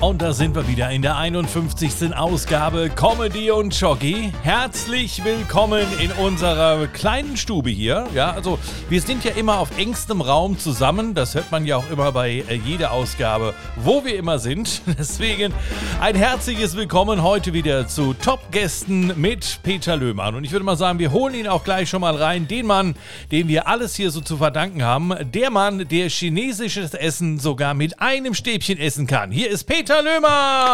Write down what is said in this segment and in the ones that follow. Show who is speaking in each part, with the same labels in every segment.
Speaker 1: Und da sind wir wieder in der 51. Ausgabe Comedy und Jockey. Herzlich willkommen in unserer kleinen Stube hier. Ja, also wir sind ja immer auf engstem Raum zusammen. Das hört man ja auch immer bei jeder Ausgabe, wo wir immer sind. Deswegen ein herzliches Willkommen heute wieder zu Top-Gästen mit Peter Löhmann. Und ich würde mal sagen, wir holen ihn auch gleich schon mal rein. Den Mann, dem wir alles hier so zu verdanken haben. Der Mann, der chinesisches Essen sogar mit einem Stäbchen essen kann. Hier ist Peter Löhmann!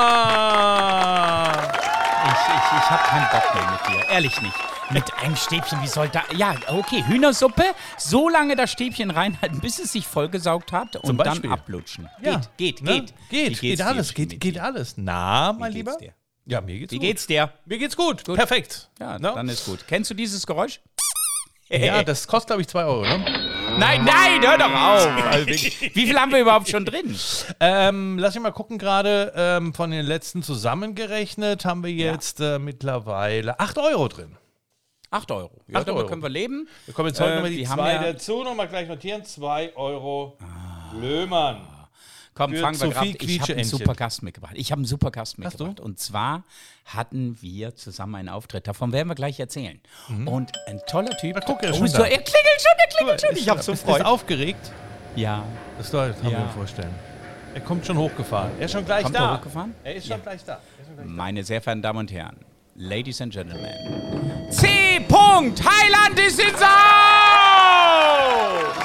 Speaker 2: Ich habe keinen Bock mehr mit dir, ehrlich nicht. Mit einem Stäbchen, wie soll da... Ja, okay, Hühnersuppe, so lange das Stäbchen reinhalten, bis es sich vollgesaugt hat und dann ablutschen.
Speaker 1: Ja,
Speaker 2: Geht
Speaker 1: alles. Na, mein Lieber?
Speaker 2: Dir?
Speaker 1: Ja, mir geht's
Speaker 2: Wie
Speaker 1: gut.
Speaker 2: geht's dir?
Speaker 1: Mir geht's gut. Perfekt.
Speaker 2: Ja, dann ist gut. Kennst du dieses Geräusch?
Speaker 1: Ja, das kostet, glaube ich, 2 Euro, ne?
Speaker 2: Nein, hör doch auf. Wie viel haben wir überhaupt schon drin?
Speaker 1: Lass mich mal gucken gerade, von den letzten zusammengerechnet haben wir jetzt mittlerweile 8 Euro drin.
Speaker 2: 8 Euro. Ja, damit können wir leben.
Speaker 1: Wir kommen jetzt heute nochmal die 2 dazu, nochmal gleich notieren. 2 Euro Löhmann.
Speaker 2: Komm, fangen wir gerade. Ich habe einen super Gast mitgebracht.
Speaker 1: Hast du?
Speaker 2: Und zwar hatten wir zusammen einen Auftritt. Davon werden wir gleich erzählen. Und ein toller Typ.
Speaker 1: Na, guck, er
Speaker 2: klingelt schon. Ich habe so Freude.
Speaker 1: Bist du aufgeregt?
Speaker 2: Ja.
Speaker 1: Das kann man mir vorstellen. Er kommt schon hochgefahren. Er ist schon gleich da.
Speaker 2: Hochgefahren?
Speaker 1: Er ist schon gleich da.
Speaker 2: Meine sehr verehrten Damen und Herren, Ladies and Gentlemen, C. Heiland ist ins Haus!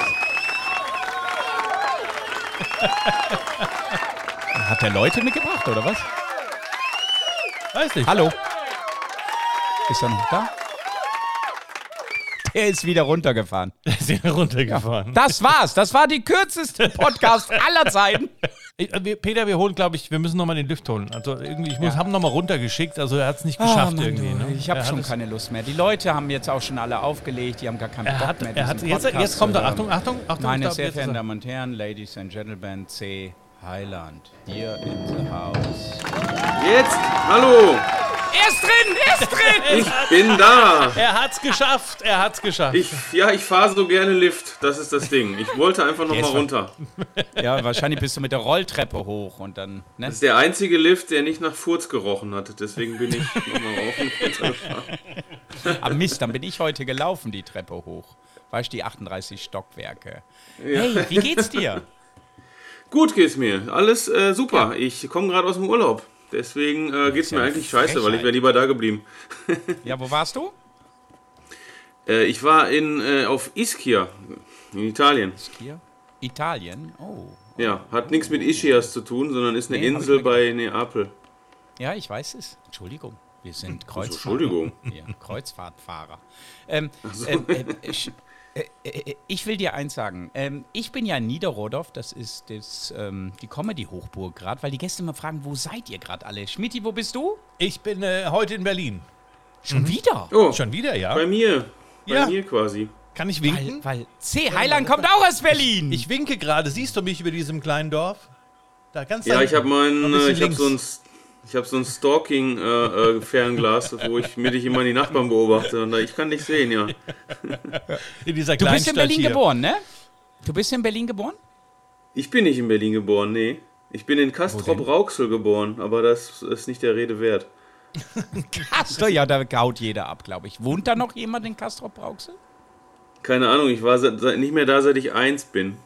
Speaker 2: Hat der Leute mitgebracht, oder was?
Speaker 1: Weiß nicht.
Speaker 2: Hallo? Ist er noch da? Der ist wieder runtergefahren. Das war's. Das war die kürzeste Podcast aller Zeiten.
Speaker 1: Peter, wir holen, glaube ich, wir müssen nochmal den Lift holen. Also irgendwie, haben nochmal runtergeschickt, also er hat es nicht geschafft irgendwie. Ne?
Speaker 2: Ich habe schon keine Lust mehr. Die Leute haben jetzt auch schon alle aufgelegt, die haben gar keinen Bock mehr.
Speaker 1: Jetzt kommt er, Achtung.
Speaker 2: Meine sehr verehrten Damen und Herren, Ladies and Gentlemen, C. Heiland, hier in the house.
Speaker 3: Jetzt, hallo.
Speaker 2: Er ist drin!
Speaker 3: Ich bin da.
Speaker 1: Er hat's geschafft.
Speaker 3: Ich fahre so gerne Lift, das ist das Ding. Ich wollte einfach noch mal runter.
Speaker 2: Ja, wahrscheinlich bist du mit der Rolltreppe hoch und dann... Ne?
Speaker 3: Das ist der einzige Lift, der nicht nach Furz gerochen hat. Deswegen bin ich noch mal rauf und runter gefahren.
Speaker 2: Ah Mist, dann bin ich heute gelaufen, die Treppe hoch. Weißt du, die 38 Stockwerke.
Speaker 3: Ja.
Speaker 2: Hey, wie geht's dir?
Speaker 3: Gut geht's mir. Alles super. Ja. Ich komme gerade aus dem Urlaub. Deswegen geht's mir eigentlich scheiße, weil ich wäre lieber da geblieben.
Speaker 2: Ja, wo warst du?
Speaker 3: Ich war auf Ischia, in Italien.
Speaker 2: Ischia? Italien? Oh.
Speaker 3: Ja, hat nichts mit Ischias zu tun, sondern ist eine Insel bei Neapel.
Speaker 2: Ja, ich weiß es. Entschuldigung, wir sind Kreuzfahrer.
Speaker 3: Entschuldigung.
Speaker 2: Ja, Kreuzfahrtfahrer.
Speaker 3: So.
Speaker 2: Ich will dir eins sagen. Ich bin ja in Niederrodorf, das ist die Comedy-Hochburg gerade, weil die Gäste immer fragen, wo seid ihr gerade alle? Schmidti, wo bist du?
Speaker 1: Ich bin heute in Berlin.
Speaker 2: Schon wieder?
Speaker 3: Oh,
Speaker 1: schon wieder, ja.
Speaker 3: Bei mir quasi.
Speaker 1: Kann ich winken?
Speaker 2: Weil C. Heiland kommt auch aus Berlin.
Speaker 1: Ich winke gerade. Siehst du mich über diesem kleinen Dorf? Da ganz
Speaker 3: ja, ich habe so ein Stalking-Fernglas, wo ich immer die Nachbarn beobachte und ich kann dich sehen, ja.
Speaker 1: In dieser
Speaker 2: du
Speaker 1: kleinen
Speaker 2: bist in
Speaker 1: Stadt
Speaker 2: Berlin
Speaker 1: hier.
Speaker 2: geboren, ne? Du bist in Berlin geboren?
Speaker 3: Ich bin nicht in Berlin geboren, nee. Ich bin in Castrop-Rauxel geboren, aber das ist nicht der Rede wert.
Speaker 2: Castrop, ja, da gaut jeder ab, glaube ich. Wohnt da noch jemand in Castrop-Rauxel?
Speaker 3: Keine Ahnung, ich war nicht mehr da, seit ich 1 bin.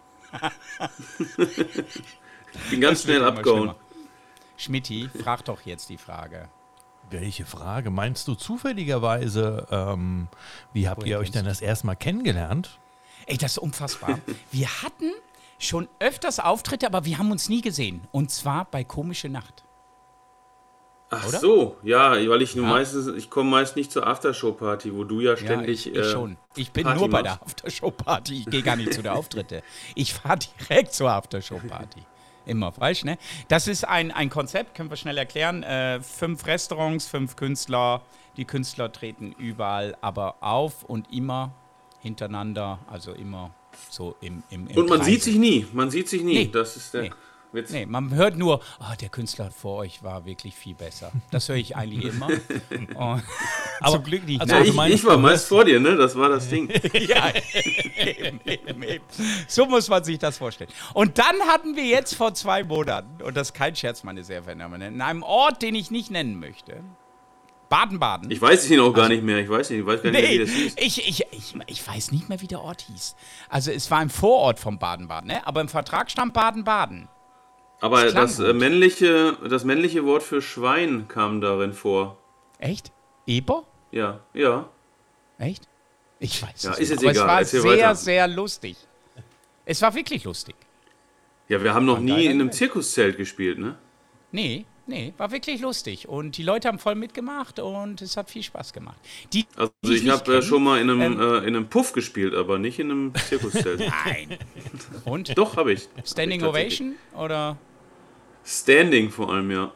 Speaker 3: Ich bin ganz schnell abgehauen.
Speaker 2: Schmidti, frag doch jetzt die Frage.
Speaker 1: Welche Frage? Meinst du zufälligerweise, wie habt ihr euch denn das erste Mal kennengelernt?
Speaker 2: Ey, das ist unfassbar. Wir hatten schon öfters Auftritte, aber wir haben uns nie gesehen. Und zwar bei Komische Nacht.
Speaker 3: Ach oder? So, ja, weil ich komme meist nicht zur Aftershow-Party, wo du ja ständig.
Speaker 2: Ich schon. Ich bin
Speaker 3: Party
Speaker 2: nur bei
Speaker 3: machst.
Speaker 2: der Aftershow-Party. Ich gehe gar nicht zu der Auftritte. Ich fahre direkt zur Aftershow-Party. Immer falsch, ne? Das ist ein Konzept, können wir schnell erklären. 5 Restaurants, 5 Künstler. Die Künstler treten überall aber auf und immer hintereinander, also immer so im
Speaker 3: Und man
Speaker 2: Kreise.
Speaker 3: sieht sich nie. Nee. Das ist der.
Speaker 2: Nee.
Speaker 3: Witz.
Speaker 2: Nee, man hört nur, der Künstler vor euch war wirklich viel besser. Das höre ich eigentlich immer. Aber zum Glück nicht.
Speaker 1: Also
Speaker 3: Ich war meist vor dir, ne? Das war das Ding.
Speaker 2: Ja, eben. So muss man sich das vorstellen. Und dann hatten wir jetzt vor 2 Monaten, und das ist kein Scherz, meine sehr verehrten Damen und Herren, in einem Ort, den ich nicht nennen möchte, Baden-Baden.
Speaker 3: Ich weiß ihn auch gar nicht mehr. Ich weiß gar nicht mehr, wie das hieß.
Speaker 2: Ich weiß nicht mehr, wie der Ort hieß. Also es war im Vorort von Baden-Baden, ne? Aber im Vertrag stand Baden-Baden.
Speaker 3: Aber das männliche Wort für Schwein kam darin vor.
Speaker 2: Echt? Eber?
Speaker 3: Ja.
Speaker 2: Echt? Ich weiß
Speaker 3: Ja,
Speaker 2: es
Speaker 3: ist
Speaker 2: nicht.
Speaker 3: jetzt
Speaker 2: Aber
Speaker 3: egal.
Speaker 2: es war
Speaker 3: Erzähl
Speaker 2: sehr,
Speaker 3: weiter.
Speaker 2: sehr lustig. Es war wirklich lustig.
Speaker 3: Ja, wir haben noch nie
Speaker 2: deiner
Speaker 3: in einem
Speaker 2: Welt.
Speaker 3: Zirkuszelt gespielt, ne?
Speaker 2: Nee, war wirklich lustig. Und die Leute haben voll mitgemacht und es hat viel Spaß gemacht.
Speaker 3: Also
Speaker 2: die
Speaker 3: ich
Speaker 2: nicht
Speaker 3: habe
Speaker 2: kennen,
Speaker 3: schon mal in einem Puff gespielt, aber nicht in einem Zirkuszelt.
Speaker 2: Nein. Und?
Speaker 3: Doch, habe ich.
Speaker 2: Standing
Speaker 3: Hab ich tatsächlich.
Speaker 2: Ovation? Oder?
Speaker 3: Standing vor allem, ja.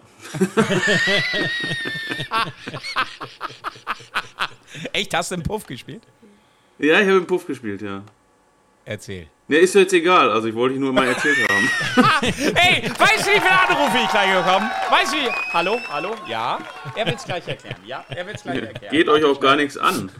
Speaker 2: Echt, hast du im Puff gespielt?
Speaker 3: Ja, ich habe im Puff gespielt, ja.
Speaker 2: Erzähl.
Speaker 3: Ne, ist jetzt egal. Also ich wollte dich nur mal erzählt haben.
Speaker 2: Hey, weißt du, wie viele Anrufe ich gleich bekommen? Weißt du, wie... Hallo? Ja? Er wird es gleich erklären.
Speaker 3: Geht euch auch gar nichts an.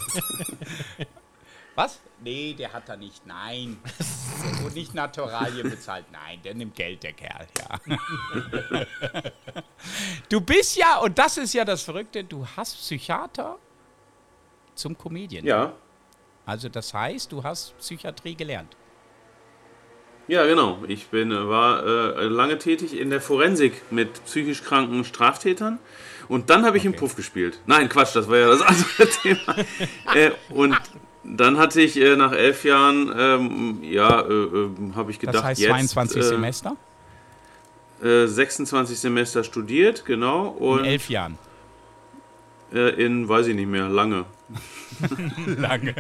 Speaker 2: Was? Nee, der hat da nicht. Nein. Der wurde nicht Naturalien bezahlt. Nein, der nimmt Geld, der Kerl, ja. Du bist ja, und das ist ja das Verrückte, du hast Psychiater zum Comedian.
Speaker 3: Ja.
Speaker 2: Also das heißt, du hast Psychiatrie gelernt.
Speaker 3: Ja, genau. Ich war lange tätig in der Forensik mit psychisch kranken Straftätern. Und dann habe ich im Puff gespielt. Nein, Quatsch, das war ja das andere Thema. Und dann hatte ich nach 11 Jahren, habe ich gedacht,
Speaker 2: Das heißt
Speaker 3: jetzt
Speaker 2: 22 Semester?
Speaker 3: 26 Semester studiert, genau. Und
Speaker 2: In 11 Jahren.
Speaker 3: weiß ich nicht mehr, lange.
Speaker 2: Lange.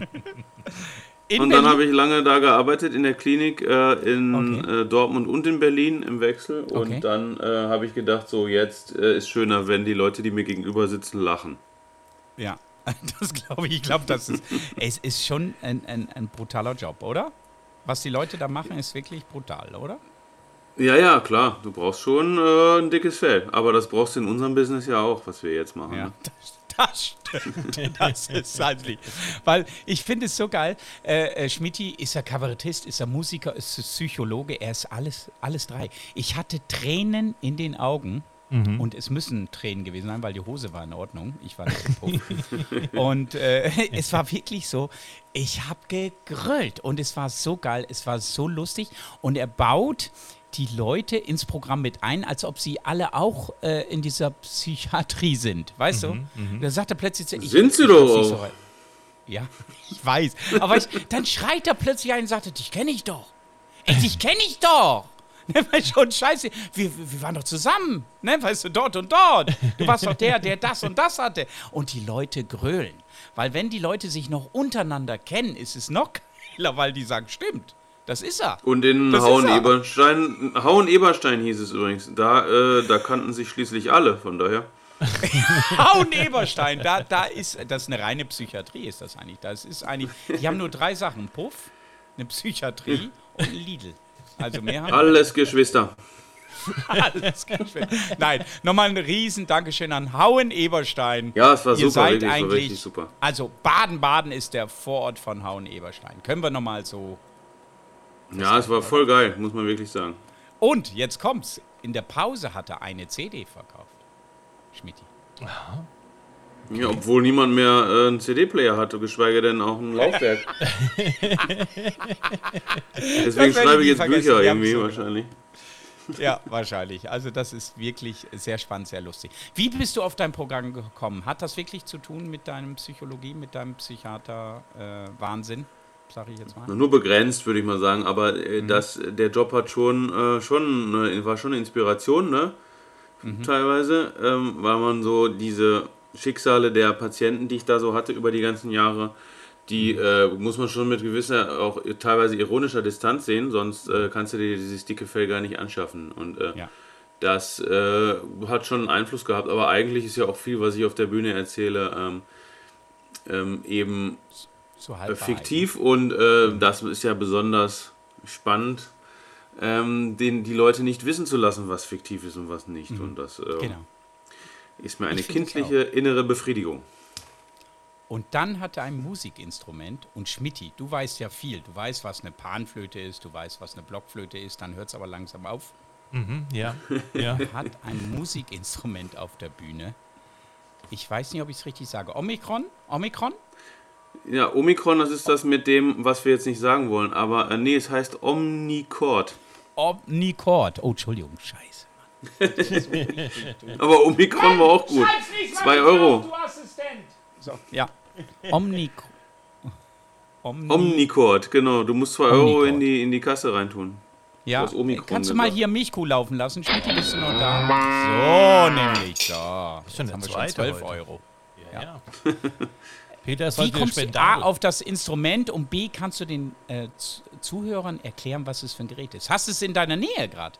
Speaker 3: Und dann habe ich lange da gearbeitet in der Klinik in Dortmund und in Berlin im Wechsel. Und dann habe ich gedacht, so jetzt ist schöner, wenn die Leute, die mir gegenüber sitzen, lachen.
Speaker 2: Ja, das glaube ich. Ich glaube, es ist schon ein brutaler Job, oder? Was die Leute da machen, ist wirklich brutal, oder?
Speaker 3: Ja, klar. Du brauchst schon ein dickes Fell. Aber das brauchst du in unserem Business ja auch, was wir jetzt machen.
Speaker 2: Ja,
Speaker 3: Ne?
Speaker 2: das stimmt. Das ist halt lieb. Weil ich finde es so geil. Schmidti ist er Kabarettist, ist er Musiker, ist er Psychologe, er ist alles 3. Ich hatte Tränen in den Augen. Und es müssen Tränen gewesen sein, weil die Hose war in Ordnung. Ich war nicht im Puff. Und es war wirklich so, ich habe gegrölt. Und es war so geil, es war so lustig. Und er baut die Leute ins Programm mit ein, als ob sie alle auch in dieser Psychiatrie sind. Weißt du? Da sagt er plötzlich...
Speaker 3: Sind sie doch auch.
Speaker 2: So, ja, ich weiß. Aber dann schreit er plötzlich ein und sagt, dich kenne ich doch. Ey, dich kenne ich doch. Ne, weil schon scheiße, wir waren doch zusammen, ne, weißt du, dort und dort. Du warst doch der das und das hatte. Und die Leute grölen. Weil wenn die Leute sich noch untereinander kennen, ist es noch geiler, weil die sagen, stimmt, das ist er.
Speaker 3: Und in Hauen-Eberstein hieß es übrigens. Da kannten sich schließlich alle, von daher.
Speaker 2: Hauen-Eberstein, das ist eine reine Psychiatrie, ist das eigentlich. Die haben nur 3 Sachen, einen Puff, eine Psychiatrie und ein Lidl. Also mehr haben
Speaker 3: Alles Geschwister.
Speaker 2: Alles Geschwister. Nein, nochmal ein riesen Dankeschön an Hauen-Eberstein.
Speaker 3: Ja, es war
Speaker 2: Ihr
Speaker 3: super,
Speaker 2: seid
Speaker 3: wirklich, es war
Speaker 2: eigentlich,
Speaker 3: richtig super.
Speaker 2: also Baden-Baden ist der Vorort von Hauen-Eberstein. Können wir nochmal so...
Speaker 3: Ja, es war voll geil, muss man wirklich sagen.
Speaker 2: Und, jetzt kommt's, in der Pause hat er eine CD verkauft. Schmidti.
Speaker 3: Ja, obwohl niemand mehr einen CD-Player hatte, geschweige denn auch ein Laufwerk. Deswegen schreibe ich jetzt Bücher irgendwie wahrscheinlich.
Speaker 2: Ja, wahrscheinlich. Also das ist wirklich sehr spannend, sehr lustig. Wie bist du auf dein Programm gekommen? Hat das wirklich zu tun mit deinem Psychologie, mit deinem Psychiater-Wahnsinn? Sag ich jetzt mal.
Speaker 3: Nur begrenzt, würde ich mal sagen, aber der Job hat war schon eine Inspiration, ne? Teilweise, weil man so diese Schicksale der Patienten, die ich da so hatte über die ganzen Jahre, die muss man schon mit gewisser, auch teilweise ironischer Distanz sehen, sonst kannst du dir dieses dicke Fell gar nicht anschaffen. Und das hat schon einen Einfluss gehabt, aber eigentlich ist ja auch viel, was ich auf der Bühne erzähle, eben so fiktiv und das ist ja besonders spannend, die Leute nicht wissen zu lassen, was fiktiv ist und was nicht. Und das ist mir eine kindliche innere Befriedigung.
Speaker 2: Und dann hat er ein Musikinstrument und Schmidti, du weißt ja viel. Du weißt, was eine Panflöte ist, du weißt, was eine Blockflöte ist, dann hört es aber langsam auf.
Speaker 1: Ja.
Speaker 2: Er hat ein Musikinstrument auf der Bühne. Ich weiß nicht, ob ich es richtig sage. Omikron?
Speaker 3: Ja, Omikron, das ist das mit dem, was wir jetzt nicht sagen wollen. Aber nee, es heißt Omnichord.
Speaker 2: Omnichord. Oh, Entschuldigung, scheiße.
Speaker 3: Aber Omikron war auch gut. 2 Euro.
Speaker 2: Du Assistent. So, ja.
Speaker 3: Omnichord, genau. Du musst 2 Euro in die Kasse reintun.
Speaker 2: Ja, kannst du mal hier Milchkuh laufen lassen? Schmidti, bist du noch da? So, nämlich. So. Jetzt haben wir schon 12 Euro.
Speaker 1: Ja. Peter ist
Speaker 2: Wie
Speaker 1: heute
Speaker 2: kommst du
Speaker 1: spendabel.
Speaker 2: A auf das Instrument und B kannst du den Zuhörern erklären, was es für ein Gerät ist? Hast du es in deiner Nähe gerade?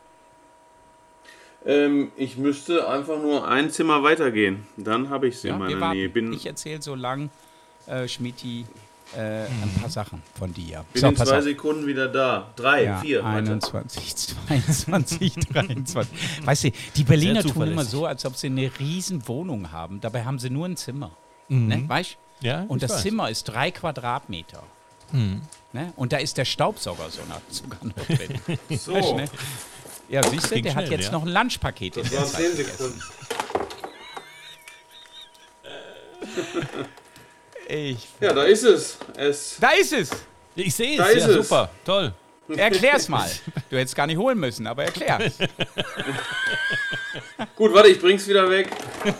Speaker 3: Ich müsste einfach nur ein Zimmer weitergehen. Dann habe ich es in meiner Nähe.
Speaker 2: Ich erzähle so lang, Schmidti, ein paar Sachen von dir.
Speaker 3: Bin in 2 Sekunden wieder da. 3, 4.
Speaker 2: 21, 22, 23. Weißt du, die Berliner tun immer so, als ob sie eine riesen Wohnung haben. Dabei haben sie nur ein Zimmer. Ne? Weißt du?
Speaker 1: Ja,
Speaker 2: und das Zimmer ist 3 Quadratmeter. Ne? Und da ist der Staubsauger sogar noch drin.
Speaker 3: So.
Speaker 2: Weißt du, ne? Ja, siehst du, der
Speaker 1: schnell,
Speaker 2: hat jetzt noch ein Lunchpaket in der
Speaker 3: Das waren
Speaker 2: Zeit
Speaker 3: 10 Sekunden. Ja, da ist es.
Speaker 2: Da ist es!
Speaker 1: Ich sehe
Speaker 3: Da
Speaker 1: es,
Speaker 3: ist
Speaker 1: ja,
Speaker 3: es.
Speaker 1: super, toll.
Speaker 2: Erklär's mal. Du hättest gar nicht holen müssen, aber erklär.
Speaker 3: Gut, warte, ich bring's wieder weg.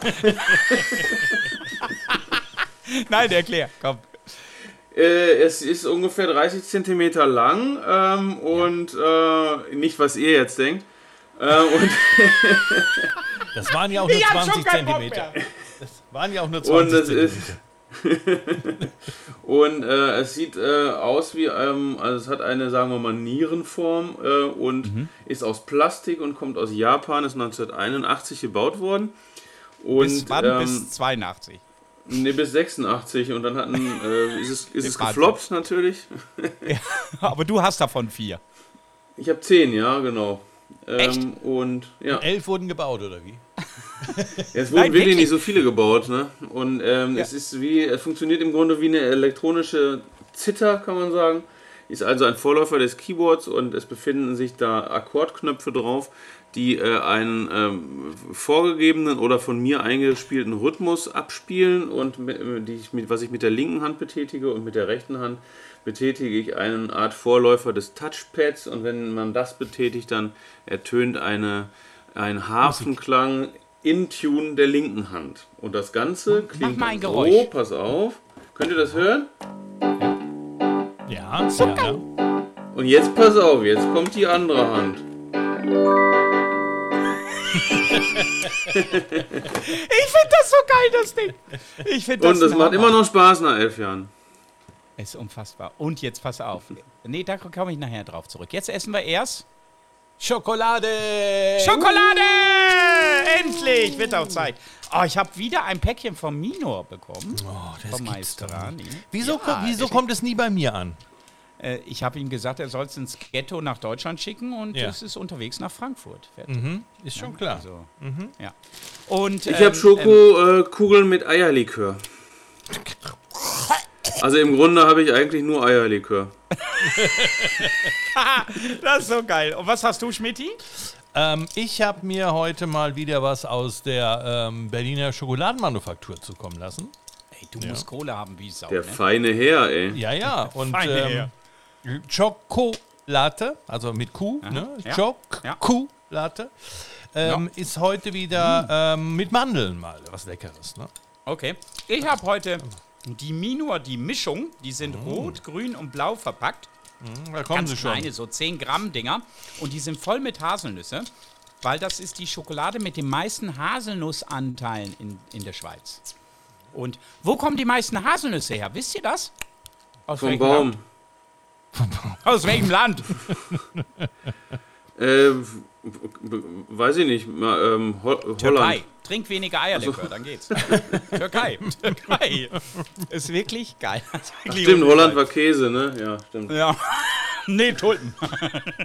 Speaker 2: Nein, erklär, komm.
Speaker 3: Es ist ungefähr 30 Zentimeter lang und nicht, was ihr jetzt denkt. Und
Speaker 1: Das waren ja auch nur 20 Zentimeter. Das waren ja auch nur 20
Speaker 3: Und es
Speaker 1: Zentimeter.
Speaker 3: ist und es sieht aus wie, also es hat eine, sagen wir mal, Nierenform und ist aus Plastik und kommt aus Japan, ist 1981 gebaut worden. Und,
Speaker 2: Bis wann? Bis 82.
Speaker 3: Ne, bis 86 und dann ist es gefloppt natürlich.
Speaker 2: Ja, aber du hast davon 4.
Speaker 3: Ich habe 10, ja, genau.
Speaker 2: Echt?
Speaker 3: Und ja.
Speaker 1: 11 wurden gebaut, oder wie?
Speaker 3: Es wurden
Speaker 2: Nein,
Speaker 3: wirklich
Speaker 2: wirklich?
Speaker 3: nicht so viele gebaut, ne? Und es funktioniert im Grunde wie eine elektronische Zither, kann man sagen. Ist also ein Vorläufer des Keyboards und es befinden sich da Akkordknöpfe drauf, die einen vorgegebenen oder von mir eingespielten Rhythmus abspielen und was ich mit der linken Hand betätige und mit der rechten Hand betätige ich eine Art Vorläufer des Touchpads und wenn man das betätigt, dann ertönt ein Harfenklang in Tune der linken Hand. Und das Ganze klingt
Speaker 2: mal ein
Speaker 3: dann
Speaker 2: Geräusch.
Speaker 3: so, pass auf. Könnt ihr das hören?
Speaker 1: Ja, ja.
Speaker 3: Und jetzt pass auf, jetzt kommt die andere Hand.
Speaker 2: Ich finde das so geil, das Ding. Ich find das
Speaker 3: Und es
Speaker 2: ein
Speaker 3: macht
Speaker 2: Hammer.
Speaker 3: immer noch Spaß nach 11 Jahren.
Speaker 2: Es ist unfassbar. Und jetzt pass auf. Nee, da komme ich nachher drauf zurück. Jetzt essen wir erst
Speaker 1: Schokolade!
Speaker 2: Schokolade! Endlich! Wird auch Zeit. Oh, ich habe wieder ein Päckchen vom Minor bekommen.
Speaker 1: Oh, das
Speaker 2: vom
Speaker 1: gibt's doch
Speaker 2: Meisterani.
Speaker 1: nicht. Wieso
Speaker 2: Ja,
Speaker 1: kommt es nie bei mir an?
Speaker 2: Ich habe ihm gesagt, er soll es ins Ghetto nach Deutschland schicken und es ist unterwegs nach Frankfurt. Fertig.
Speaker 1: Ist schon klar.
Speaker 2: Also, ja. Und,
Speaker 3: Ich habe Schokokugeln mit Eierlikör. Also im Grunde habe ich eigentlich nur Eierlikör.
Speaker 2: das ist so geil. Und was hast du, Schmidti?
Speaker 1: Ich habe mir heute mal wieder was aus der Berliner Schokoladenmanufaktur zukommen lassen.
Speaker 2: Ey, du musst Kohle haben wie Sau.
Speaker 3: Der
Speaker 2: Ne?
Speaker 3: feine Herr, ey.
Speaker 1: Ja, ja. Und
Speaker 2: Feine Herr.
Speaker 1: Schokolade, also mit Q, ne?
Speaker 2: Ja.
Speaker 1: Schokolade, ist heute wieder mit Mandeln mal was Leckeres, ne?
Speaker 2: Okay. Ich habe heute die Minor, die Mischung. Die sind rot, grün und blau verpackt.
Speaker 1: Da kommen
Speaker 2: Ganz
Speaker 1: sie schon.
Speaker 2: kleine, so 10 Gramm Dinger. Und die sind voll mit Haselnüsse, weil das ist die Schokolade mit den meisten Haselnussanteilen in der Schweiz. Und wo kommen die meisten Haselnüsse her? Wisst ihr das? Aus
Speaker 3: Vom
Speaker 2: welchem
Speaker 3: Baum.
Speaker 2: Land? Aus welchem Land?
Speaker 3: Weiß ich nicht. Holland.
Speaker 2: Türkei. Trink weniger Eierlikör, dann geht's. Türkei. Ist wirklich geil. Ist wirklich
Speaker 3: Stimmt, Holland
Speaker 2: geil.
Speaker 3: war Käse, ne? Ja, stimmt.
Speaker 2: Ja. Nee, Tulpen.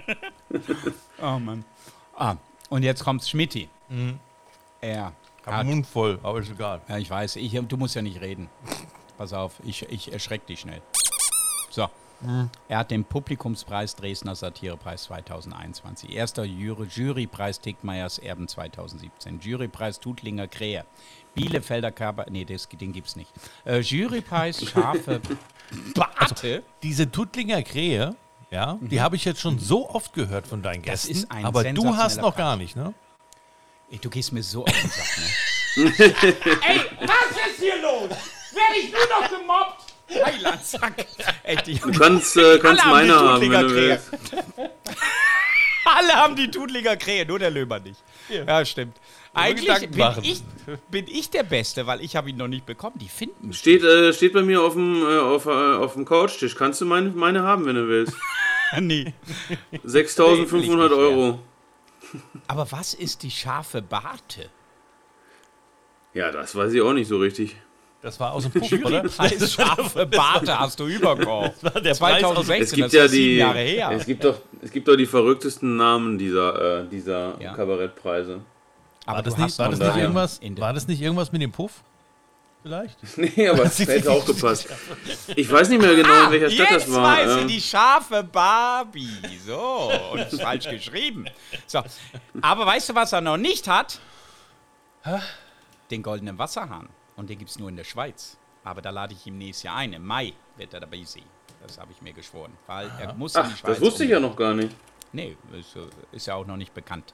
Speaker 2: Oh Mann. Und jetzt kommt's Schmidti. Er
Speaker 1: Hab
Speaker 2: hat,
Speaker 1: den Mund voll, aber ist egal.
Speaker 2: ja, ich weiß, du musst ja nicht reden. Pass auf, ich erschreck dich schnell. So. Er hat den Publikumspreis Dresdner Satirepreis 2021. Erster Jurypreis Tickmeyers Erben 2017. Jurypreis Tutlinger Krähe. Bielefelder Kabarett. Nee, den gibt's nicht. Jurypreis Schafe Barte.
Speaker 1: Diese Tuttlinger Krähe, ja, die habe ich jetzt schon so oft gehört von deinen
Speaker 2: Das
Speaker 1: Gästen,
Speaker 2: ist ein
Speaker 1: aber du hast
Speaker 2: sensationeller
Speaker 1: noch gar
Speaker 2: Preis.
Speaker 1: nicht, ne?
Speaker 2: Ey, du gehst mir so auf den Sack, ne? Ey, was ist hier los? Werde ich nur noch gemobbt? Heilandsack. Ey,
Speaker 3: Du kannst meine haben, wenn du willst.
Speaker 2: Alle haben die Tudlinger Krähe, nur der Löber nicht. Ja, stimmt. Eigentlich bin ich der Beste, weil ich habe ihn noch nicht bekommen. Die finden mich.
Speaker 3: Steht bei mir auf dem Couchtisch. Kannst du meine haben, wenn du willst.
Speaker 2: Nee.
Speaker 3: 6.500 Euro.
Speaker 2: Aber was ist die scharfe Barte?
Speaker 3: Ja, das weiß ich auch nicht so richtig.
Speaker 1: Das war aus dem Puff, oder?
Speaker 2: Jurypreis scharfe Barte hast du übergekommen.
Speaker 1: Der Preis aus
Speaker 2: 2016,
Speaker 3: Es gibt
Speaker 2: das
Speaker 3: ja
Speaker 2: ist 7 Jahre her.
Speaker 3: Es gibt doch die verrücktesten Namen dieser
Speaker 2: Ja.
Speaker 3: Kabarettpreise.
Speaker 2: Aber
Speaker 1: War das,
Speaker 2: du hast
Speaker 1: nicht
Speaker 3: daher
Speaker 1: irgendwas?
Speaker 2: in der-
Speaker 1: War das nicht irgendwas mit dem Puff? Vielleicht?
Speaker 3: Nee, aber es hätte auch gepasst. Ich weiß nicht mehr genau, in welcher Stadt das war.
Speaker 2: Jetzt weiß ich, die scharfe Barbie. So, und ist falsch geschrieben. So, aber weißt du, was er noch nicht hat? Den goldenen Wasserhahn. Und den gibt es nur in der Schweiz. Aber da lade ich ihn nächstes Jahr ein. Im Mai wird er dabei sein. Das habe ich mir geschworen. Weil er muss in die
Speaker 3: Ach,
Speaker 2: Schweiz.
Speaker 3: das wusste ich ja noch gar nicht.
Speaker 2: Nee, ist ja auch noch nicht bekannt.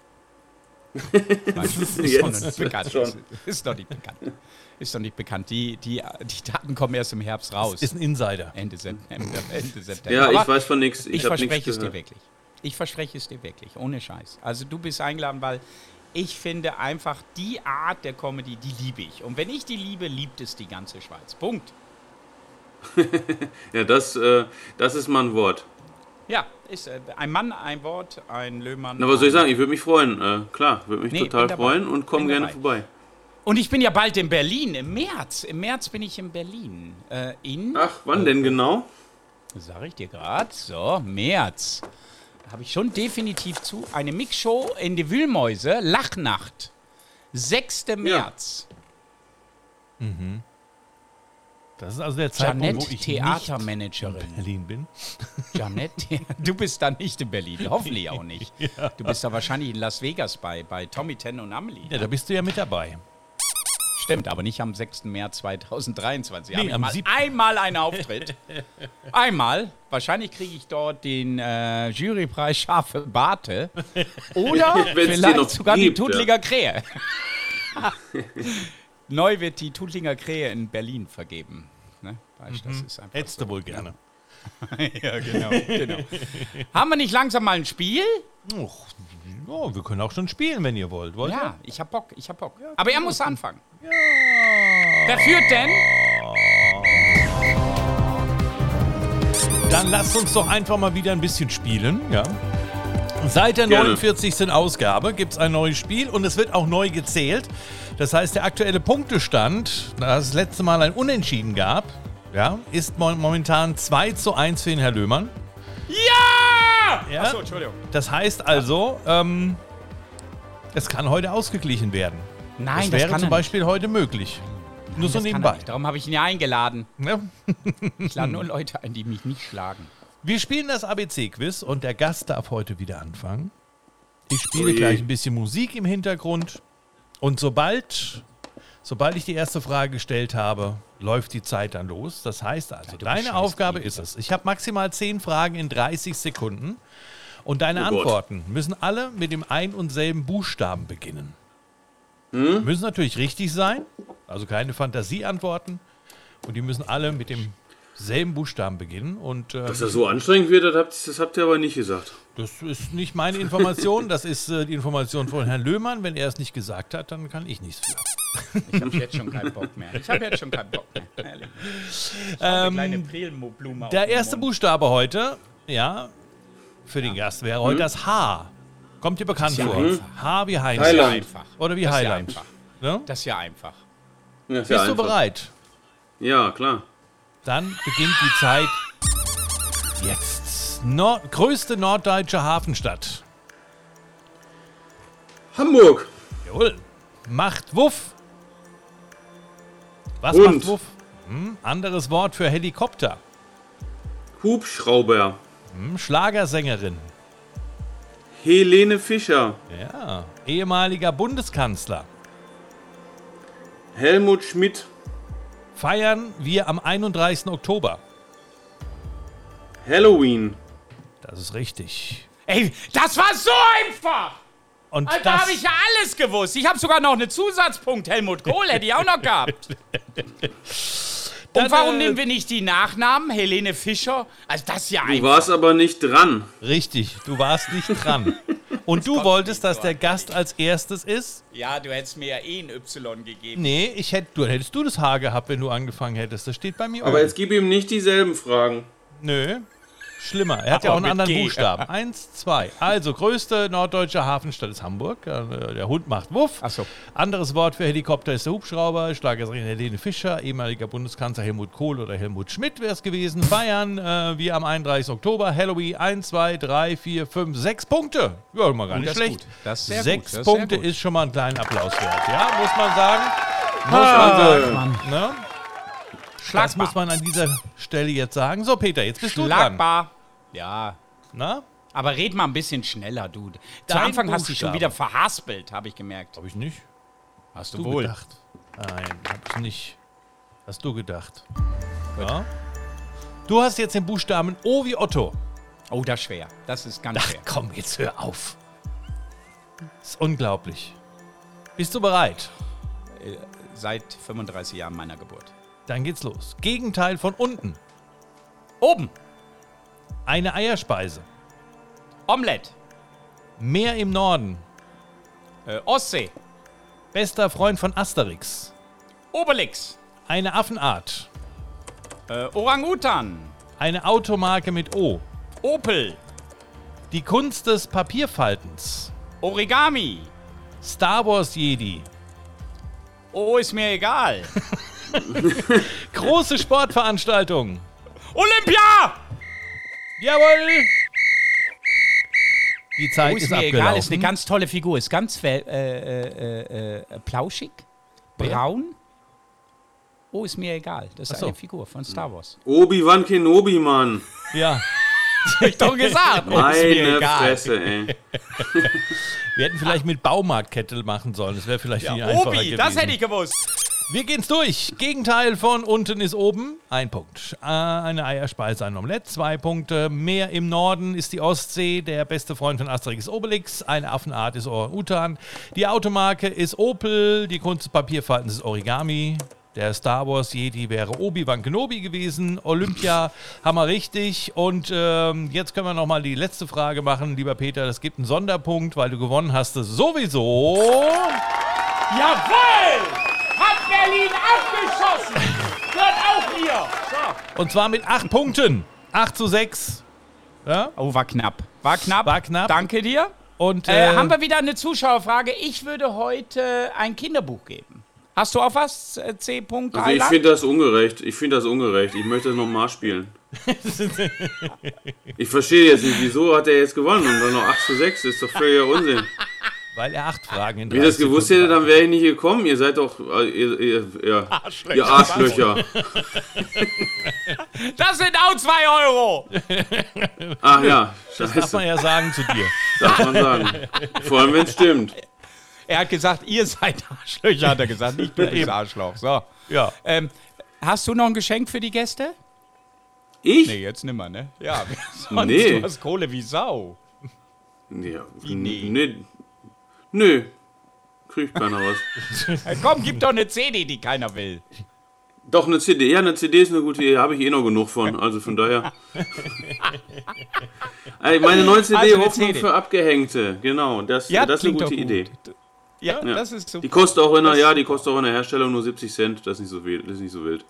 Speaker 2: Ist noch nicht bekannt.
Speaker 3: schon.
Speaker 2: Ist noch nicht bekannt. Ist noch nicht bekannt. Die Daten kommen erst im Herbst raus.
Speaker 1: Ist ein Insider.
Speaker 2: Ende September.
Speaker 3: Ja,
Speaker 2: Aber
Speaker 3: ich weiß von nichts.
Speaker 2: ich
Speaker 3: habe nichts
Speaker 2: verspreche es dir
Speaker 3: gehört.
Speaker 2: wirklich. Ich verspreche es dir wirklich. Ohne Scheiß. Also du bist eingeladen, weil ich finde einfach die Art der Comedy, die liebe ich. Und wenn ich die liebe, liebt es die ganze Schweiz. Punkt.
Speaker 3: Ja, das ist mal ein Wort.
Speaker 2: Ja, ist ein Mann, ein Wort, ein Löhmann.
Speaker 3: Na, was soll ich sagen? Ich würde mich freuen. Klar, würde mich
Speaker 2: Nee,
Speaker 3: total
Speaker 2: bin dabei.
Speaker 3: freuen und komme
Speaker 2: Bin
Speaker 3: gerne
Speaker 2: dabei.
Speaker 3: vorbei.
Speaker 2: Und ich bin ja bald in Berlin, im März. Im März bin ich in Berlin.
Speaker 3: Ach, wann denn genau?
Speaker 2: Sag ich dir gerade. So, März. Da habe ich schon definitiv zu. Eine Mixshow in die Wühlmäuse, Lachnacht. 6. März.
Speaker 1: Das ist also der Zeitpunkt,
Speaker 2: Janette,
Speaker 1: wo ich
Speaker 2: Theatermanagerin.
Speaker 1: nicht in Berlin bin.
Speaker 2: Janette, du bist da nicht in Berlin, hoffentlich auch nicht. Du bist da wahrscheinlich in Las Vegas bei Tommy, Ten und Amelie.
Speaker 1: Ja, da bist du ja mit dabei.
Speaker 2: Stimmt, aber nicht am 6. März 2023.
Speaker 1: Nee,
Speaker 2: Hab ich
Speaker 1: am
Speaker 2: mal
Speaker 1: 7.
Speaker 2: einmal einen Auftritt. Einmal. Wahrscheinlich kriege ich dort den Jurypreis Scharfe Barte. Oder
Speaker 3: Wenn's den noch
Speaker 2: vielleicht sogar
Speaker 3: gibt,
Speaker 2: die Tutlinger Krähe. Neu wird die Tutlinger Krähe in Berlin vergeben. Ne? Weißt, das ist einfach
Speaker 1: Hättest du wohl gerne.
Speaker 2: ja, genau. Haben wir nicht langsam mal ein Spiel?
Speaker 1: Och, ja, wir können auch schon spielen, wenn ihr wollt. Wollt
Speaker 2: Ja, ich hab Bock. Aber er muss anfangen.
Speaker 1: ihr?
Speaker 2: Wer führt denn?
Speaker 1: Dann lasst uns doch einfach mal wieder ein bisschen spielen. Ja. Seit der
Speaker 3: Gerne.
Speaker 1: 49. Ausgabe gibt es ein neues Spiel und es wird auch neu gezählt. Das heißt, der aktuelle Punktestand, da es das letzte Mal ein Unentschieden gab, ja, ist momentan 2:1 für den Herr Löhmann.
Speaker 2: Ja!
Speaker 1: Ja?
Speaker 2: Achso, Entschuldigung.
Speaker 1: Das heißt also, es kann heute ausgeglichen werden.
Speaker 2: Nein,
Speaker 1: das
Speaker 2: das
Speaker 1: wäre
Speaker 2: kann
Speaker 1: zum
Speaker 2: er
Speaker 1: Beispiel heute möglich. Nur so
Speaker 2: Das kann er
Speaker 1: nebenbei.
Speaker 2: nicht. Darum habe ich ihn ja eingeladen.
Speaker 1: Ja.
Speaker 2: Ich lade nur Leute ein, die mich nicht schlagen.
Speaker 1: Wir spielen das ABC-Quiz und der Gast darf heute wieder anfangen. Ich spiele
Speaker 3: Oh je.
Speaker 1: gleich ein bisschen Musik im Hintergrund. Und sobald ich die erste Frage gestellt habe, läuft die Zeit dann los. Das heißt also,
Speaker 2: du
Speaker 1: deine
Speaker 2: bescheißt
Speaker 1: Aufgabe
Speaker 2: eh
Speaker 1: ist es. Ich habe maximal 10 Fragen in 30 Sekunden. Und deine
Speaker 3: Oh Gott.
Speaker 1: Antworten müssen alle mit dem ein und selben Buchstaben beginnen. Müssen natürlich richtig sein, also keine Fantasieantworten. Und die müssen alle mit demselben Buchstaben beginnen. Und
Speaker 3: Dass das so anstrengend wird, das habt ihr aber nicht gesagt.
Speaker 1: das ist nicht meine Information, das ist die Information von Herrn Löhmann. Wenn er es nicht gesagt hat, dann kann ich nichts für.
Speaker 2: Ich habe jetzt schon keinen Bock mehr. Ehrlich. Eine kleine Prillenblume.
Speaker 1: Der erste Buchstabe heute, ja, für den Gast wäre heute das H. Kommt dir bekannt
Speaker 2: ja
Speaker 1: vor?
Speaker 2: einfach.
Speaker 1: H wie Heinz.
Speaker 3: Thailand.
Speaker 2: Einfach.
Speaker 1: Oder wie
Speaker 2: Das ist ja
Speaker 1: Highland.
Speaker 2: einfach.
Speaker 1: Ne?
Speaker 2: Das ist ja einfach.
Speaker 3: Ja, ist ja
Speaker 1: Bist du
Speaker 3: einfach.
Speaker 1: bereit?
Speaker 3: Ja, klar.
Speaker 1: Dann beginnt die Zeit jetzt. Größte norddeutsche Hafenstadt.
Speaker 3: Hamburg.
Speaker 1: Jawohl. Macht Wuff. Was
Speaker 3: Hund.
Speaker 1: macht Wuff? Anderes Wort für Helikopter.
Speaker 3: Hubschrauber.
Speaker 1: Schlagersängerin.
Speaker 3: Helene Fischer.
Speaker 1: Ja. Ehemaliger Bundeskanzler.
Speaker 3: Helmut Schmidt.
Speaker 1: Feiern wir am 31. Oktober.
Speaker 3: Halloween.
Speaker 1: Das ist richtig.
Speaker 2: Ey, das war so einfach!
Speaker 1: Und
Speaker 2: Alter,
Speaker 1: das,
Speaker 2: habe ich ja alles gewusst. Ich habe sogar noch einen Zusatzpunkt. Helmut Kohl hätte ich auch noch gehabt.
Speaker 1: Dann,
Speaker 2: Und warum nehmen wir nicht die Nachnamen? Helene Fischer? Also das ist ja
Speaker 3: Du
Speaker 2: einfach.
Speaker 3: warst aber nicht dran.
Speaker 1: Richtig, du warst nicht dran. Und du wolltest, dass der Gast als erstes ist?
Speaker 2: Ja, du hättest mir ja eh ein Y gegeben.
Speaker 1: Nee, hättest du das Haar gehabt, wenn du angefangen hättest. Das steht bei mir
Speaker 3: Aber
Speaker 1: oben.
Speaker 3: jetzt gib ihm nicht dieselben Fragen.
Speaker 1: Nö. Schlimmer. Er hat ja auch einen
Speaker 2: mit
Speaker 1: anderen
Speaker 2: G.
Speaker 1: Buchstaben. 1, 2. Also, größte norddeutsche Hafenstadt ist Hamburg. Der Hund macht Wuff.
Speaker 2: Ach so.
Speaker 1: Anderes Wort für Helikopter ist der Hubschrauber. Schlagersängerin Helene Fischer. Ehemaliger Bundeskanzler Helmut Kohl oder Helmut Schmidt wäre es gewesen. Feiern wir am 31. Oktober. Halloween 1, 2, 3, 4, 5, 6 Punkte. Ja, mal gar nicht
Speaker 2: das ist
Speaker 1: schlecht.
Speaker 2: gut. Das ist sehr
Speaker 1: 6
Speaker 2: gut. Das ist
Speaker 1: Punkte
Speaker 2: sehr gut.
Speaker 1: ist schon mal ein kleiner Applaus wert. Ja, muss man sagen. Muss man sagen.
Speaker 2: Mann.
Speaker 1: Ne? Das muss man an dieser Stelle jetzt sagen. So, Peter, jetzt bist du dran.
Speaker 2: Schlagbar. Ja.
Speaker 1: Na?
Speaker 2: Aber red mal ein bisschen schneller, du. Zu
Speaker 1: Dein
Speaker 2: Anfang hast du dich schon
Speaker 1: Buchstabe.
Speaker 2: wieder verhaspelt, habe ich gemerkt.
Speaker 1: Hab ich nicht.
Speaker 2: Hast
Speaker 1: Du gedacht. Nein, hab ich nicht. Hast du gedacht. Ja? Du hast jetzt den Buchstaben O wie Otto.
Speaker 2: Oh, das ist schwer. Das ist ganz
Speaker 1: Ach
Speaker 2: schwer.
Speaker 1: komm, jetzt hör auf. Das ist unglaublich. Bist du bereit?
Speaker 2: Seit 35 Jahren meiner Geburt.
Speaker 1: Dann geht's los. Gegenteil von unten.
Speaker 2: Oben.
Speaker 1: Eine Eierspeise.
Speaker 2: Omelette.
Speaker 1: Meer im Norden.
Speaker 2: Ostsee.
Speaker 1: Bester Freund von Asterix.
Speaker 2: Obelix.
Speaker 1: Eine Affenart.
Speaker 2: Orang-Utan.
Speaker 1: Eine Automarke mit O.
Speaker 2: Opel.
Speaker 1: Die Kunst des Papierfaltens.
Speaker 2: Origami.
Speaker 1: Star Wars Jedi.
Speaker 2: Oh, ist mir egal.
Speaker 1: Große Sportveranstaltung.
Speaker 2: Olympia!
Speaker 1: Jawohl! Die Zeit
Speaker 2: Oh, ist
Speaker 1: ist
Speaker 2: mir
Speaker 1: abgelaufen.
Speaker 2: egal. Ist eine ganz tolle Figur. Ist ganz plauschig. Braun. Oh, ist mir egal. Das ist
Speaker 1: Ach so.
Speaker 2: eine Figur von Star Wars.
Speaker 3: Obi-Wan Kenobi, Mann.
Speaker 1: Ja,
Speaker 2: Hab ich doch gesagt. Oh, ist mir
Speaker 3: Meine
Speaker 2: egal.
Speaker 3: Fresse, ey.
Speaker 1: wir hätten vielleicht mit Baumarktkette machen sollen. Das wäre vielleicht viel einfacher
Speaker 2: Obi,
Speaker 1: gewesen.
Speaker 2: das hätte ich gewusst.
Speaker 1: Wir gehen's durch. Gegenteil von unten ist oben. 1 Punkt. Eine Eierspeise, ein Omelett. 2 Punkte. Meer im Norden ist die Ostsee. Der beste Freund von Asterix ist Obelix. Eine Affenart ist Orang-Utan. Die Automarke ist Opel. Die Kunst des Papierfaltens ist Origami. Der Star Wars Jedi wäre Obi-Wan Kenobi gewesen. Olympia haben wir richtig. Und jetzt können wir nochmal die letzte Frage machen. Lieber Peter, das gibt einen Sonderpunkt, weil du gewonnen hast es sowieso.
Speaker 2: Jawohl! Hat Berlin abgeschossen! Gehört auch mir! So.
Speaker 1: Und zwar mit 8 Punkten. 8:6. Ja?
Speaker 2: Oh, war knapp. War knapp.
Speaker 1: War knapp.
Speaker 2: Danke dir.
Speaker 1: Und
Speaker 2: Haben wir wieder eine Zuschauerfrage? Ich würde heute ein Kinderbuch geben. Hast du auch was, C.
Speaker 3: Also ich
Speaker 2: Heiland?
Speaker 3: finde das ungerecht. Ich möchte das nochmal spielen. Ich verstehe jetzt nicht, wieso hat er jetzt gewonnen und dann noch 8:6? Das ist doch völliger Unsinn.
Speaker 1: weil er 8 Fragen in
Speaker 3: Wenn ich das
Speaker 1: 30
Speaker 3: gewusst
Speaker 1: Sekunden
Speaker 3: hätte, dann wäre ich nicht gekommen. Ihr seid doch ihr Arschlöcher.
Speaker 2: Das sind auch 2 Euro.
Speaker 3: Ach ja,
Speaker 1: Das darf man
Speaker 3: scheiße.
Speaker 1: ja sagen zu dir.
Speaker 3: Darf man sagen. Vor allem, wenn es stimmt.
Speaker 2: Er hat gesagt, ihr seid Arschlöcher, hat er gesagt. Nicht du bist Arschloch. So.
Speaker 1: Ja.
Speaker 2: Hast du noch ein Geschenk für die Gäste?
Speaker 3: Ich?
Speaker 2: Nee, jetzt nimmer, ne? Ja, sonst
Speaker 3: Nee.
Speaker 2: du hast Kohle wie Sau.
Speaker 3: Ja,
Speaker 2: nee?
Speaker 3: Nö. Kriegt keiner was.
Speaker 2: Komm, gib doch eine CD, die keiner will.
Speaker 3: Doch, eine CD. Ja, eine CD ist eine gute Idee. Habe ich eh noch genug von. Also von daher. Meine neue CD,
Speaker 2: Also eine
Speaker 3: Hoffnung
Speaker 2: CD.
Speaker 3: für Abgehängte. Genau, das ist eine
Speaker 2: klingt
Speaker 3: gute
Speaker 2: doch gut.
Speaker 3: Idee.
Speaker 2: Ja,
Speaker 3: Ja.
Speaker 2: das ist super.
Speaker 3: Die kostet auch in der Herstellung nur 70 Cent. Das ist nicht so wild. Das ist nicht so wild.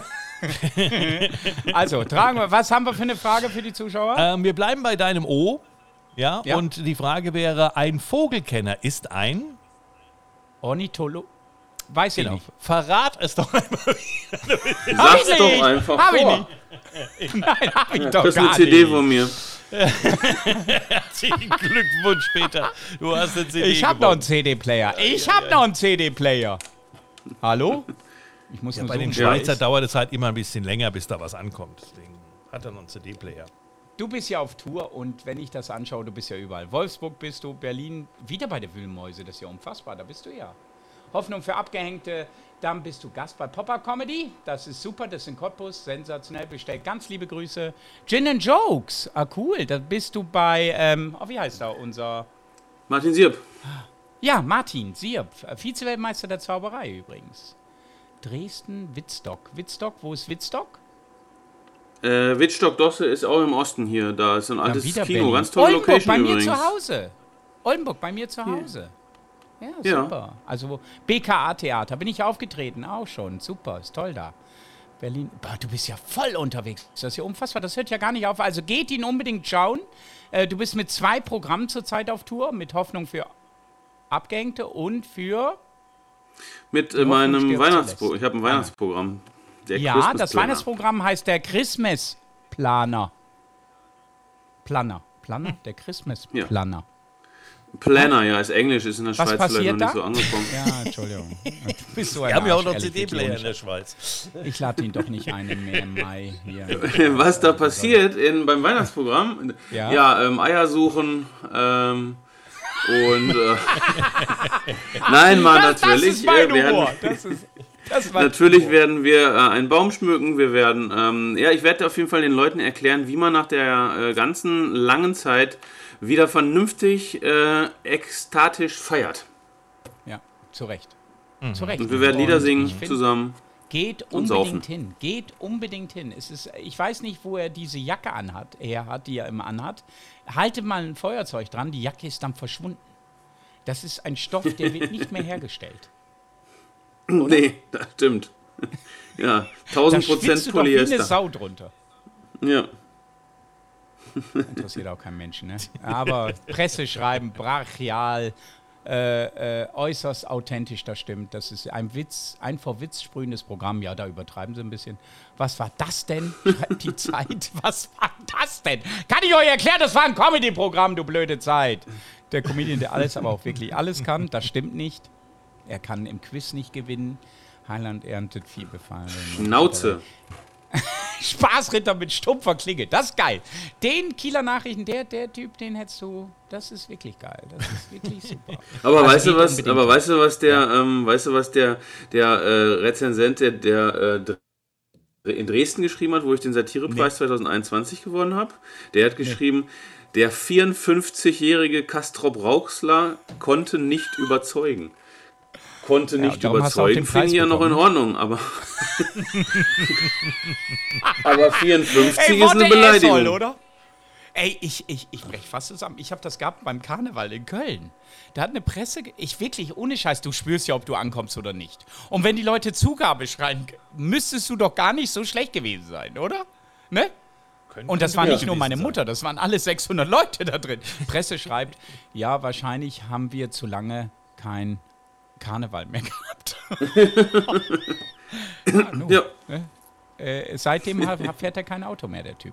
Speaker 2: Also, tragen wir, was haben wir für eine Frage für die Zuschauer?
Speaker 1: Wir bleiben bei deinem O. Ja,
Speaker 2: Ja.
Speaker 1: und die Frage wäre, ein Vogelkenner ist ein...
Speaker 2: Ornitholo? Weiß ich nicht.
Speaker 1: Verrat es doch einmal.
Speaker 3: Sag's
Speaker 2: ich
Speaker 3: doch
Speaker 2: nicht.
Speaker 3: einfach
Speaker 2: Hab ich
Speaker 3: vor.
Speaker 2: nicht. Nein, hab ich doch
Speaker 3: Das ist
Speaker 2: gar
Speaker 3: eine CD
Speaker 2: nicht.
Speaker 3: von mir.
Speaker 1: Herzlichen Glückwunsch, Peter. Du hast eine CD
Speaker 2: Ich habe noch einen CD-Player. Noch einen CD-Player. Hallo? Ich muss nur
Speaker 1: Bei
Speaker 2: so
Speaker 1: den
Speaker 2: einen
Speaker 1: Schweizer
Speaker 2: Scheiß.
Speaker 1: dauert es halt immer ein bisschen länger, bis da was ankommt. Deswegen hat er noch einen CD-Player.
Speaker 2: Du bist ja auf Tour und wenn ich das anschaue, du bist ja überall. Wolfsburg bist du, Berlin, wieder bei der Wühlmäuse, das ist ja unfassbar, da bist du ja. Hoffnung für Abgehängte, dann bist du Gast bei Popper Comedy, das ist super, das ist in Cottbus, sensationell, bestellt ganz liebe Grüße. Gin and Jokes, cool, da bist du bei, wie heißt er, unser...
Speaker 3: Martin Sierp.
Speaker 2: Ja, Martin Sierp, Vize-Weltmeister der Zauberei übrigens. Dresden, Wittstock. Wittstock, wo ist Wittstock?
Speaker 3: Wittstock-Dosse ist auch im Osten hier. Da ist ein altes
Speaker 2: wieder
Speaker 3: Kino.
Speaker 2: Berlin.
Speaker 3: Ganz tolle
Speaker 2: Oldenburg,
Speaker 3: Location
Speaker 2: bei mir
Speaker 3: übrigens.
Speaker 2: zu Hause. Oldenburg, bei mir zu Hause. Ja,
Speaker 3: Ja.
Speaker 2: super. Also BKA-Theater, bin ich aufgetreten, auch schon. Super, ist toll da. Berlin, boah, du bist ja voll unterwegs. Das ist ja unfassbar, das hört ja gar nicht auf. Also geht ihn unbedingt schauen. Du bist mit 2 Programmen zurzeit auf Tour, mit Hoffnung für Abgehängte und für...
Speaker 3: Mit
Speaker 2: Hoffnung
Speaker 3: meinem
Speaker 2: stirbt
Speaker 3: Weihnachtsprogramm.
Speaker 2: zuletzt.
Speaker 3: Ich habe ein Weihnachtsprogramm. Der
Speaker 2: Ja,
Speaker 3: Christmas
Speaker 2: das
Speaker 3: Planner.
Speaker 2: Weihnachtsprogramm heißt der Christmas-Planer. Planer? Der Christmas-Planer.
Speaker 3: Planner, ja, ist Englisch, ist in der
Speaker 2: Was
Speaker 3: Schweiz vielleicht
Speaker 2: passiert
Speaker 3: noch nicht
Speaker 2: da?
Speaker 3: so angekommen.
Speaker 2: Ja, Entschuldigung. Du bist so ein
Speaker 1: Wir haben ja auch
Speaker 2: Arsch,
Speaker 1: noch
Speaker 2: ehrlich,
Speaker 1: CD-Player in
Speaker 2: Idiot.
Speaker 1: der Schweiz.
Speaker 2: Ich lade ihn doch nicht ein im Mai hier.
Speaker 3: Was da passiert beim Weihnachtsprogramm?
Speaker 2: Ja.
Speaker 3: Eier suchen und nein, mal natürlich.
Speaker 2: Das ist mein
Speaker 3: wir
Speaker 2: Humor.
Speaker 3: werden-
Speaker 2: Das war
Speaker 3: Natürlich
Speaker 2: Humor.
Speaker 3: werden wir einen Baum schmücken. Wir werden, ich werde auf jeden Fall den Leuten erklären, wie man nach der ganzen langen Zeit wieder vernünftig ekstatisch feiert.
Speaker 2: Ja, zu Recht. Zu Recht.
Speaker 3: Und wir werden Lieder
Speaker 2: Und
Speaker 3: singen
Speaker 2: ich find,
Speaker 3: zusammen.
Speaker 2: Geht
Speaker 3: und saufen.
Speaker 2: unbedingt hin. Geht unbedingt hin. Es ist, ich weiß nicht, wo er diese Jacke die er immer anhat. Halte mal ein Feuerzeug dran, die Jacke ist dann verschwunden. Das ist ein Stoff, der wird nicht mehr hergestellt.
Speaker 3: Nee, das stimmt. Ja,
Speaker 2: Da
Speaker 3: 1000%
Speaker 2: schwitzt du doch wie eine
Speaker 3: Polyester.
Speaker 2: Sau drunter.
Speaker 3: Ja.
Speaker 2: Interessiert auch kein Menschen, ne? Aber Presse schreiben, brachial, äußerst authentisch, das stimmt. Das ist ein vor Witz sprühendes Programm. Ja, da übertreiben sie ein bisschen. Was war das denn? Schreibt die Zeit. Was war das denn? Kann ich euch erklären, das war ein Comedy-Programm, du blöde Zeit. Der Comedian, der alles, aber auch wirklich alles kann, das stimmt nicht. Er kann im Quiz nicht gewinnen. Heiland erntet viel Befallen.
Speaker 3: Schnauze.
Speaker 2: Spaßritter mit stumpfer Klinge. Das ist geil. Den Kieler Nachrichten, der Typ, den hättest du, das ist wirklich geil. Das ist wirklich super.
Speaker 3: Aber
Speaker 2: Also
Speaker 3: weißt du
Speaker 2: geht
Speaker 3: was?
Speaker 2: unbedingt.
Speaker 3: Aber weißt du was der Rezensent, der in Dresden geschrieben hat, wo ich den Satirepreis 2021 gewonnen habe? Der hat geschrieben, der 54-jährige Castrop Rauxler konnte nicht überzeugen. Konnte nicht
Speaker 2: darum hast du auch den
Speaker 3: überzeugen, finde
Speaker 2: Preis
Speaker 3: ich ja noch in
Speaker 2: bekommen.
Speaker 3: Ordnung, aber aber 54
Speaker 2: Ey,
Speaker 3: ist eine Beleidigung.
Speaker 2: Asshole, oder? Ey, ich brech fast zusammen. Ich habe das gehabt beim Karneval in Köln. Da hat eine Presse, ich wirklich, ohne Scheiß, du spürst ja, ob du ankommst oder nicht. Und wenn die Leute Zugabe schreien, müsstest du doch gar nicht so schlecht gewesen sein, oder? Ne? Und das war nicht nur meine Mutter, das waren alle 600 Leute da drin. Presse schreibt, ja, wahrscheinlich haben wir zu lange kein Karneval mehr gehabt.
Speaker 3: Ja.
Speaker 2: Seitdem fährt er kein Auto mehr, der Typ.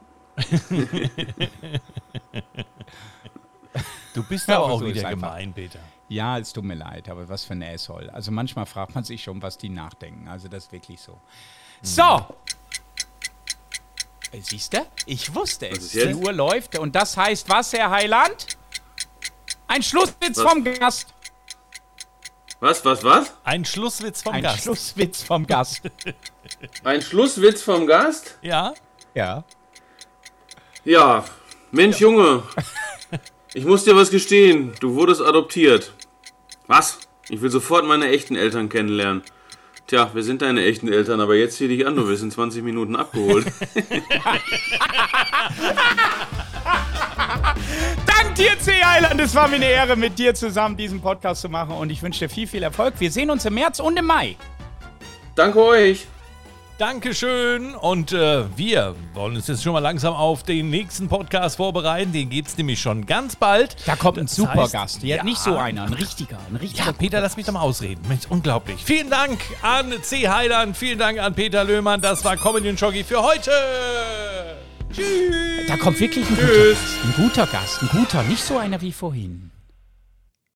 Speaker 1: Du bist
Speaker 2: Ja,
Speaker 1: aber
Speaker 2: aber
Speaker 1: auch
Speaker 2: so ist
Speaker 1: wieder
Speaker 2: einfach.
Speaker 1: gemein, Peter.
Speaker 2: Ja, es tut mir leid, aber was für ein Asshole. Also manchmal fragt man sich schon, was die nachdenken. Also das ist wirklich so. So. Siehst du? Ich wusste es.
Speaker 3: ist jetzt?
Speaker 2: Die Uhr läuft und das heißt was, Herr Heiland? Ein Schlusswitz
Speaker 3: Was?
Speaker 2: vom Gast.
Speaker 3: Was?
Speaker 1: Ein Schlusswitz vom
Speaker 2: Ein
Speaker 1: Gast.
Speaker 2: Schlusswitz vom Gast.
Speaker 3: Ein Schlusswitz vom Gast?
Speaker 1: Ja?
Speaker 2: Ja.
Speaker 3: Ja. Mensch, Junge. Ich muss dir was gestehen. Du wurdest adoptiert. Was? Ich will sofort meine echten Eltern kennenlernen. Tja, wir sind deine echten Eltern, aber jetzt zieh dich an, du wirst in 20 Minuten abgeholt.
Speaker 2: Dank dir, C. Heiland. Es war mir eine Ehre, mit dir zusammen diesen Podcast zu machen und ich wünsche dir viel, viel Erfolg. Wir sehen uns im März und im Mai.
Speaker 3: Danke euch.
Speaker 1: Dankeschön. Und wir wollen uns jetzt schon mal langsam auf den nächsten Podcast vorbereiten. Den gibt es nämlich schon ganz bald.
Speaker 2: Da kommt ein
Speaker 1: Das
Speaker 2: super
Speaker 1: heißt,
Speaker 2: Gast. Ja, nicht so einer, ein richtiger.
Speaker 1: Ja, Peter, lass mich doch mal ausreden. Mensch, unglaublich. Vielen Dank an C. Heiland, vielen Dank an Peter Löhmann. Das war Comedy und Jockey für heute.
Speaker 2: Da kommt wirklich ein guter Gast, ein guter, nicht so einer wie vorhin.